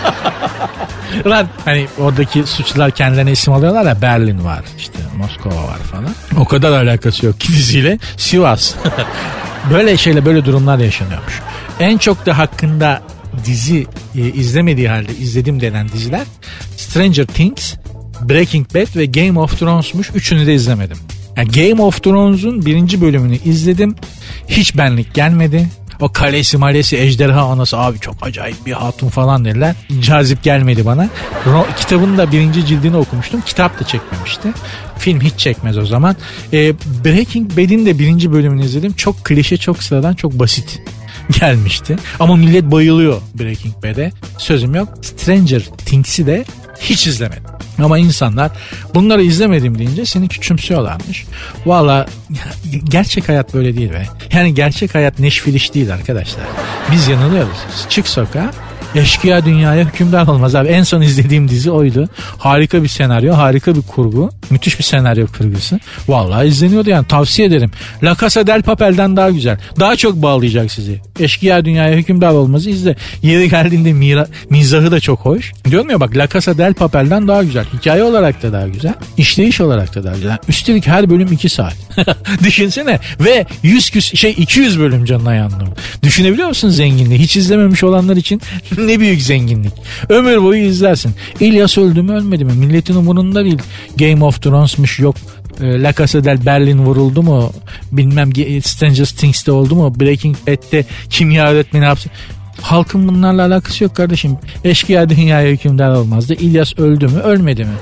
Lan hani oradaki suçlular kendilerine isim alıyorlar ya, Berlin var işte, Moskova var falan. O kadar alakası yok ki diziyle. Sivas. Böyle şeyle böyle durumlar yaşanıyormuş. En çok da hakkında dizi e, izlemediği halde izledim denen diziler Stranger Things, Breaking Bad ve Game of Thrones'muş. Üçünü de izlemedim. Yani Game of Thrones'un birinci bölümünü izledim. Hiç benlik gelmedi. O kalesi malesi ejderha anası abi çok acayip bir hatun falan dediler. Cazip gelmedi bana. Ro- kitabın da birinci cildini okumuştum. Kitap da çekmemişti. Film hiç çekmez o zaman. E, Breaking Bad'in de birinci bölümünü izledim. Çok klişe, çok sıradan, çok basit gelmişti. Ama millet bayılıyor Breaking Bad'e. Sözüm yok. Stranger Things'i de hiç izlemedim. Ama insanlar bunları izlemedim deyince seni küçümsüyorlarmış. Valla gerçek hayat böyle değil be. Yani gerçek hayat neşfiliş değil arkadaşlar. Biz yanılıyoruz. Çık sokağa. Eşkıya dünyaya hükümdar olmaz abi. En son izlediğim dizi oydu. Harika bir senaryo, harika bir kurgu. Müthiş bir senaryo kurgusu. Vallahi izleniyordu yani, tavsiye ederim. La Casa del Papel'den daha güzel. Daha çok bağlayacak sizi. Eşkıya dünyaya hükümdar olmazı izle. Yeri geldiğinde mira, mizahı da çok hoş. Diyorum ya bak, La Casa del Papel'den daha güzel. Hikaye olarak da daha güzel. İşleyiş olarak da daha güzel. Yani üstelik her bölüm iki saat. Düşünsene. Ve yüz küs şey iki yüz bölüm canına yandım. Düşünebiliyor musun zenginliği? Hiç izlememiş olanlar için ne büyük zenginlik. Ömür boyu izlersin. İlyas öldü mü ölmedi mi? Milletin umurunda değil. Game of Thrones'muş, yok La Casa del Berlin vuruldu mu? Bilmem Stranger Things'te oldu mu? Breaking Bad'de kimya öğretmeni yapsın. Halkın bunlarla alakası yok kardeşim. Eşkıya dünyaya hükümdar olmazdı. İlyas öldü mü ölmedi mi?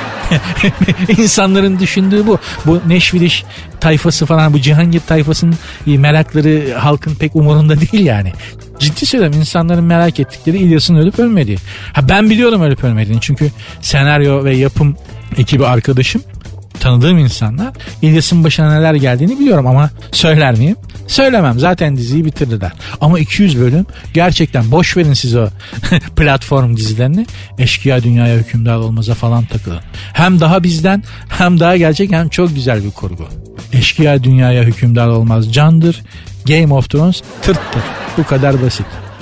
İnsanların düşündüğü bu. Bu Neşviliş tayfası falan, bu Cihangir tayfasının merakları halkın pek umurunda değil yani. Ciddi söylüyorum, insanların merak ettikleri İlyas'ın ölüp ölmediği. Ha ben biliyorum ölüp ölmediğini, çünkü senaryo ve yapım ekibi arkadaşım, tanıdığım insanlar, İlyas'ın başına neler geldiğini biliyorum ama söyler miyim? Söylemem, zaten diziyi bitirdiler. Ama iki yüz bölüm gerçekten, boş verin siz o platform dizilerini. Eşkıya Dünyaya Hükümdar Olmaz'a falan takılın. Hem daha bizden, hem daha gerçek, hem çok güzel bir kurgu. Eşkıya Dünyaya Hükümdar Olmaz candır. Game of Thrones tırttır. Bu kadar basit.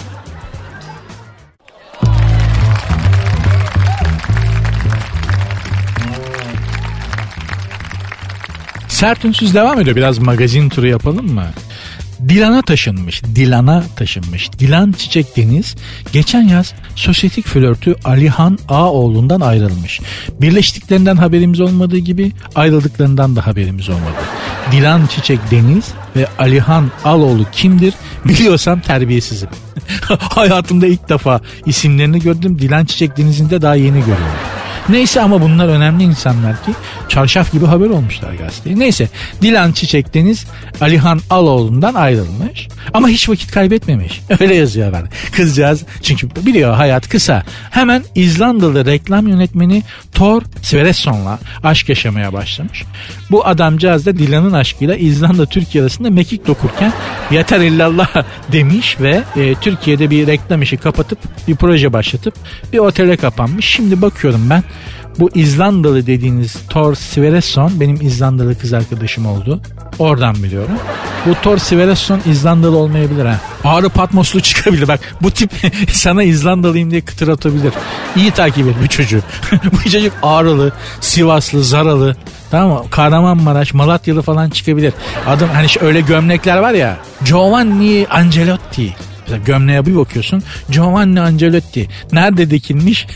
Sert Ünsüz devam ediyor. Biraz magazin turu yapalım mı? Dilan'a taşınmış. Dilan'a taşınmış. Dilan Çiçek Deniz geçen yaz sosyetik flörtü Alihan Ağoğlu'ndan ayrılmış. Birleştiklerinden haberimiz olmadığı gibi ayrıldıklarından da haberimiz olmadı. Dilan Çiçek Deniz ve Alihan Ağoğlu kimdir? Biliyorsam terbiyesizim. Hayatımda ilk defa isimlerini gördüm. Dilan Çiçek Deniz'in de daha yeni görüyorum. Neyse, ama bunlar önemli insanlar ki çarşaf gibi haber olmuşlar gazeteye. Neyse, Dilan Çiçek Deniz Alihan Ağoğlu'ndan ayrılmış ama hiç vakit kaybetmemiş. Öyle yazıyor haber. Kızcağız çünkü biliyor hayat kısa. Hemen İzlandalı reklam yönetmeni Thor Sverresson'la aşk yaşamaya başlamış. Bu adamcağız da Dilan'ın aşkıyla İzlanda Türkiye arasında mekik dokurken yeter illallah demiş ve e, Türkiye'de bir reklam işi kapatıp bir proje başlatıp bir otele kapanmış. Şimdi bakıyorum ben, bu İzlandalı dediğiniz Thor Sverresson benim İzlandalı kız arkadaşım oldu. Oradan biliyorum. Bu Thor Sverresson İzlandalı olmayabilir ha. Ağrı Patmoslu çıkabilir. Bak bu tip sana İzlandalıyım diye kıtır atabilir. İyi takip et bu çocuğu. Bu çocuk Ağrılı, Sivaslı, Zaralı, tamam mı? Kahramanmaraş, Malatyalı falan çıkabilir. Adam hani öyle gömlekler var ya. Giovanni Angelotti. Mesela gömleğe bir bakıyorsun, Giovanni Angelotti. Nerede dikilmiş?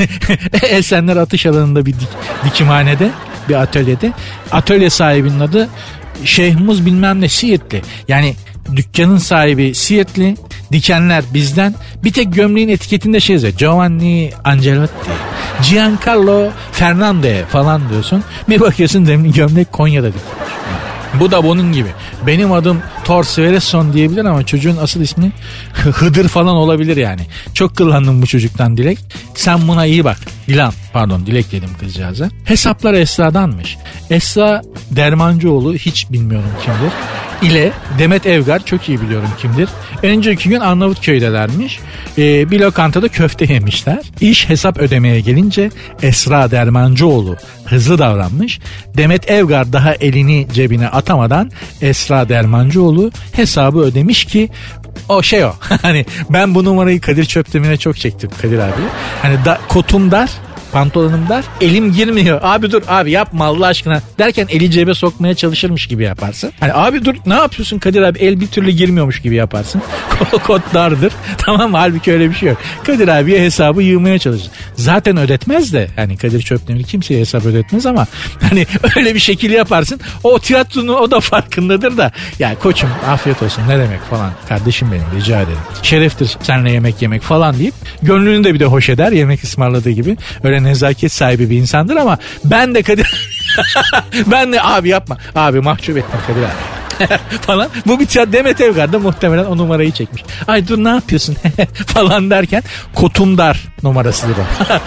Esenler Atış Alanı'nda bir dik, dikimhanede, bir atölyede. Atölye sahibinin adı Şeyhmuz bilmem ne Siirtli. Yani dükkanın sahibi Siirtli, dikenler bizden. Bir tek gömleğin etiketinde şey yazıyor, Giovanni Angelotti, Giancarlo Fernande falan diyorsun. Bir bakıyorsun demin gömlek Konya'da dikilmiş. Bu da bunun gibi. Benim adım Thor Sverresson diyebilir ama çocuğun asıl ismi Hıdır falan olabilir yani. Çok kullandım bu çocuktan Dilek. Sen buna iyi bak. Dilan, pardon Dilek dedim kızcağıza. Hesaplar Esra'danmış. Esra Dermancıoğlu hiç bilmiyorum kimdir. İle Demet Evgar çok iyi biliyorum kimdir. Önceki gün Arnavutköy'delermiş. Ee, bir lokantada köfte yemişler. İş hesap ödemeye gelince Esra Dermancıoğlu hızlı davranmış. Demet Evgar daha elini cebine atamadan Esra Dermancıoğlu hesabı ödemiş ki o şey o. Hani ben bu numarayı Kadir Çöptemir'e çok çektim Kadir abi. Hani da, kotum dar, pantolonum dar, elim girmiyor. Abi dur abi yapma Allah aşkına derken eli cebe sokmaya çalışırmış gibi yaparsın. Hani abi dur ne yapıyorsun Kadir abi, el bir türlü girmiyormuş gibi yaparsın. Kot dardır. Tamam mı? Halbuki öyle bir şey yok. Kadir abiye hesabı yığmaya çalışır. Zaten ödetmez de hani Kadir Çöptemir kimseye hesap ödetmez ama hani öyle bir şekil yaparsın. O tiyatronun o da farkındadır da ya koçum afiyet olsun ne demek falan. Kardeşim benim rica ederim. Şereftir seninle yemek yemek falan deyip gönlünü de bir de hoş eder yemek ısmarladığı gibi. Öyle nezaket sahibi bir insandır ama ben de Kadir ben de abi yapma abi mahcup ettim Kadir abi falan. Bu bir tiyatro. Demet Evgar da muhtemelen o numarayı çekmiş. Ay dur ne yapıyorsun falan derken kotum dar numarasıdır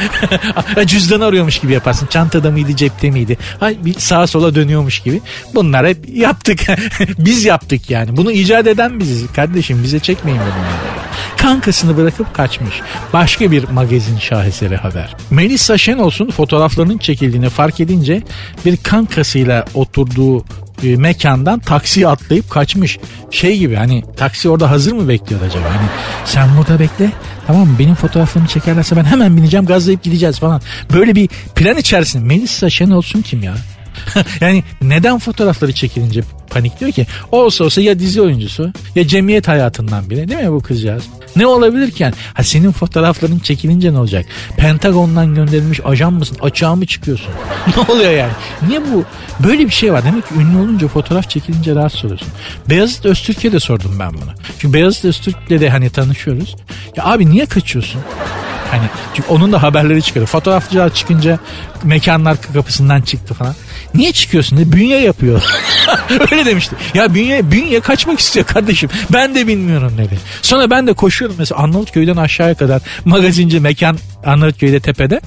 o. Cüzdanı arıyormuş gibi yaparsın. Çantada mıydı cepte miydi? Ay bir sağa sola dönüyormuş gibi. Bunlar hep yaptık. Biz yaptık yani. Bunu icat eden biziz. Kardeşim bize çekmeyin bunu. Kankasını bırakıp kaçmış. Başka bir magazin şaheseri haber. Melisa Şenols'un fotoğraflarının çekildiğini fark edince bir kankasıyla oturduğu e, mekandan taksiye atlayıp kaçmış. Şey gibi hani taksi orada hazır mı bekliyor acaba? Hani sen burada bekle, tamam mı? Benim fotoğraflarımı çekerlerse ben hemen bineceğim, gazlayıp gideceğiz falan. Böyle bir plan içerisinde. Melisa Şenols'un kim ya? Yani neden fotoğrafları çekilince panikliyor ki? Olsa olsa ya dizi oyuncusu ya cemiyet hayatından biri değil mi bu kızcağız? Ne olabilir ki yani? Ha senin fotoğrafların çekilince ne olacak? Pentagon'dan gönderilmiş ajan mısın? Açığa mı çıkıyorsun? Ne oluyor yani? Niye bu? Böyle bir şey var. Demek ki ünlü olunca fotoğraf çekilince rahatsız oluyorsun. Beyazıt Öztürk'e de sordum ben bunu. Çünkü Beyazıt Öztürk'le de hani tanışıyoruz. Ya abi niye kaçıyorsun? Hani çünkü onun da haberleri çıkıyor. Fotoğrafçılar çıkınca mekanlar kapısından çıktı falan. Niye çıkıyorsun diye bünye yapıyor. Öyle demişti. Ya bünye, bünye kaçmak istiyor kardeşim. Ben de bilmiyorum dedi. Sonra ben de koşuyorum mesela Arnavutköy'den aşağıya kadar magazinci mekan Arnavutköy'de tepede.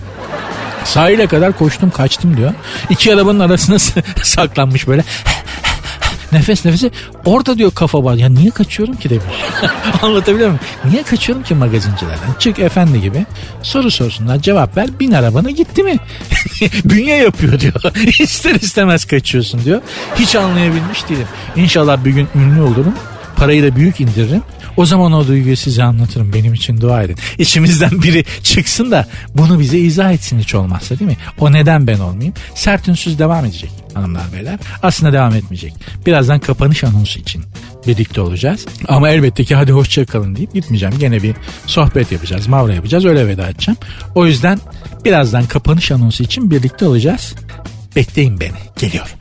Sahile kadar koştum kaçtım diyor. İki arabanın arasına saklanmış böyle. Nefes nefese orada diyor kafa var. Ya niye kaçıyorum ki demiş. Anlatabiliyor muyum? Niye kaçıyorum ki magazincilerden? Çık efendi gibi soru sorsunlar, cevap ver, bin arabana gitti mi? Bünye yapıyor diyor. İster istemez kaçıyorsun diyor. Hiç anlayabilmiş değilim. İnşallah bir gün ünlü olurum. Parayı da büyük indiririm. O zaman o duyguyu size anlatırım. Benim için dua edin. İçimizden biri çıksın da bunu bize izah etsin hiç olmazsa, değil mi? O neden ben olmayayım? Sert Ünsüz devam edecek hanımlar beyler. Aslında devam etmeyecek. Birazdan kapanış anonsu için birlikte olacağız. Ama elbette ki hadi hoşça kalın deyip gitmeyeceğim. Gene bir sohbet yapacağız. Mavra yapacağız. Öyle veda edeceğim. O yüzden birazdan kapanış anonsu için birlikte olacağız. Bekleyin beni. Geliyorum.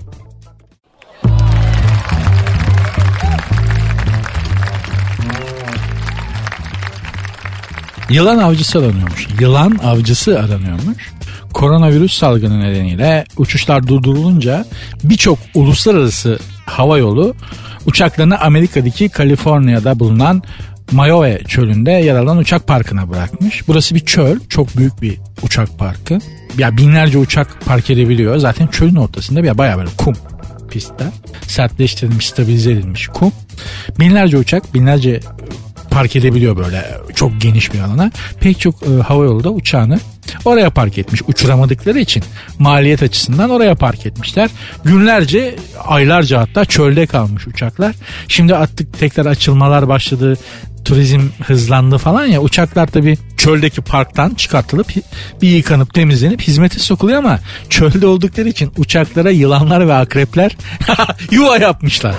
Yılan avcısı aranıyormuş. Yılan avcısı aranıyormuş. Koronavirüs salgını nedeniyle uçuşlar durdurulunca birçok uluslararası havayolu uçaklarını Amerika'daki Kaliforniya'da bulunan Mayowe çölünde yer alan uçak parkına bırakmış. Burası bir çöl, çok büyük bir uçak parkı. Ya binlerce uçak park edebiliyor. Zaten çölün ortasında bir bayağı böyle kum pistte. Sertleştirilmiş, stabilize edilmiş kum. Binlerce uçak, binlerce park edebiliyor böyle çok geniş bir alana. Pek çok e, havayolu da uçağını oraya park etmiş. Uçuramadıkları için maliyet açısından oraya park etmişler. Günlerce, aylarca hatta çölde kalmış uçaklar. Şimdi artık tekrar açılmalar başladı. Turizm hızlandı falan ya, uçaklar tabii çöldeki parktan çıkartılıp bir yıkanıp temizlenip hizmete sokuluyor ama çölde oldukları için uçaklara yılanlar ve akrepler yuva yapmışlar.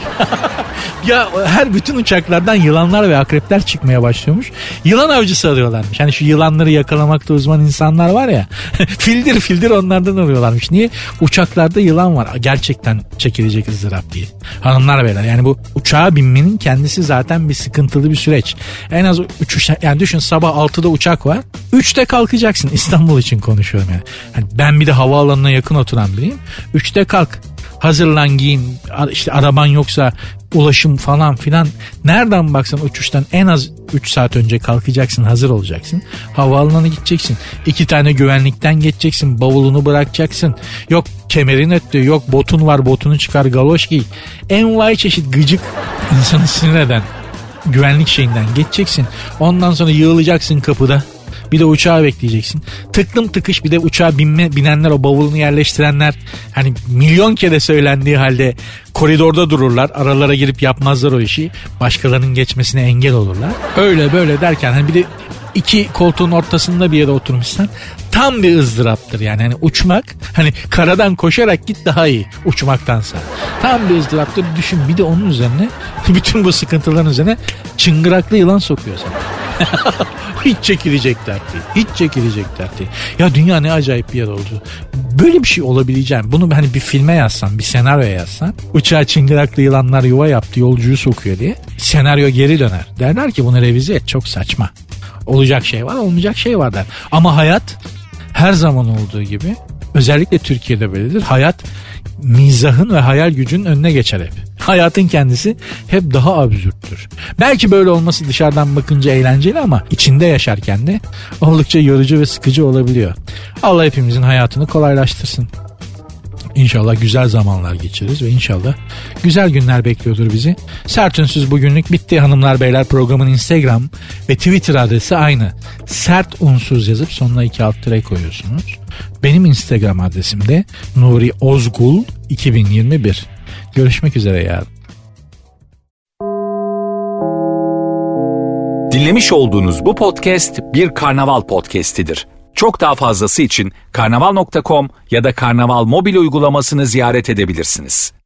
Ya her bütün uçaklardan yılanlar ve akrepler çıkmaya başlıyormuş. Yılan avcısı arıyorlarmış. Hani şu yılanları yakalamakta uzman insanlar var ya. fildir fildir onlardan arıyorlarmış. Niye? Uçaklarda yılan var. Gerçekten çekilecek ızdırap değil. Hanımlar beyler, yani bu uçağa binmenin kendisi zaten bir sıkıntılı bir süreç. En az uçuş, yani düşün sabah altıda uçak var. üçte kalkacaksın. İstanbul için konuşuyorum yani. Hani ben bir de havaalanına yakın oturan biriyim. üçte kalk. Hazırlan, giyin, işte araban yoksa ulaşım falan filan. Nereden baksan uçuştan en az üç saat önce kalkacaksın, hazır olacaksın. Havaalanına gideceksin. iki tane güvenlikten geçeceksin, bavulunu bırakacaksın. Yok kemerin öttü, yok botun var, botunu çıkar, galoş giy. Envai çeşit gıcık, insanı sinir eden güvenlik şeyinden geçeceksin. Ondan sonra yığılacaksın kapıda. Bir de uçağı bekleyeceksin. Tıklım tıkış, bir de uçağa binme, binenler, o bavulunu yerleştirenler, hani milyon kere söylendiği halde koridorda dururlar. Aralara girip yapmazlar o işi. Başkalarının geçmesine engel olurlar. Öyle böyle derken hani bir de iki koltuğun ortasında bir yere oturmuşsan tam bir ızdıraptır yani. Hani uçmak, hani karadan koşarak git daha iyi uçmaktansa. Tam bir ızdıraptır. Düşün, bir de onun üzerine bütün bu sıkıntıların üzerine çıngıraklı yılan sokuyor sana. Hiç çekilecek dert değil. Hiç çekilecek dert değil. Ya dünya ne acayip bir yer oldu. Böyle bir şey olabileceğim. Bunu hani bir filme yazsan, bir senaryo yazsan. Uçağa çıngıraklı yılanlar yuva yaptı, yolcuyu sokuyor diye. Senaryo geri döner. Derler ki bunu revize et, çok saçma. Olacak şey var, olmayacak şey var der. Ama hayat her zaman olduğu gibi, özellikle Türkiye'de böyledir. Hayat mizahın ve hayal gücünün önüne geçer hep. Hayatın kendisi hep daha absürttür. Belki böyle olması dışarıdan bakınca eğlenceli ama içinde yaşarken de oldukça yorucu ve sıkıcı olabiliyor. Allah hepimizin hayatını kolaylaştırsın. İnşallah güzel zamanlar geçiririz ve inşallah güzel günler bekliyordur bizi. Sert Ünsüz bugünlük bitti hanımlar beyler. Programın Instagram ve Twitter adresi aynı. Sert Unsuz yazıp sonuna iki alt tire koyuyorsunuz. Benim Instagram adresim de Nuri Ozgul iki bin yirmi bir. Görüşmek üzere yarın. Dinlemiş olduğunuz bu podcast bir Karnaval podcastidir. Çok daha fazlası için karnaval nokta com ya da Karnaval mobil uygulamasını ziyaret edebilirsiniz.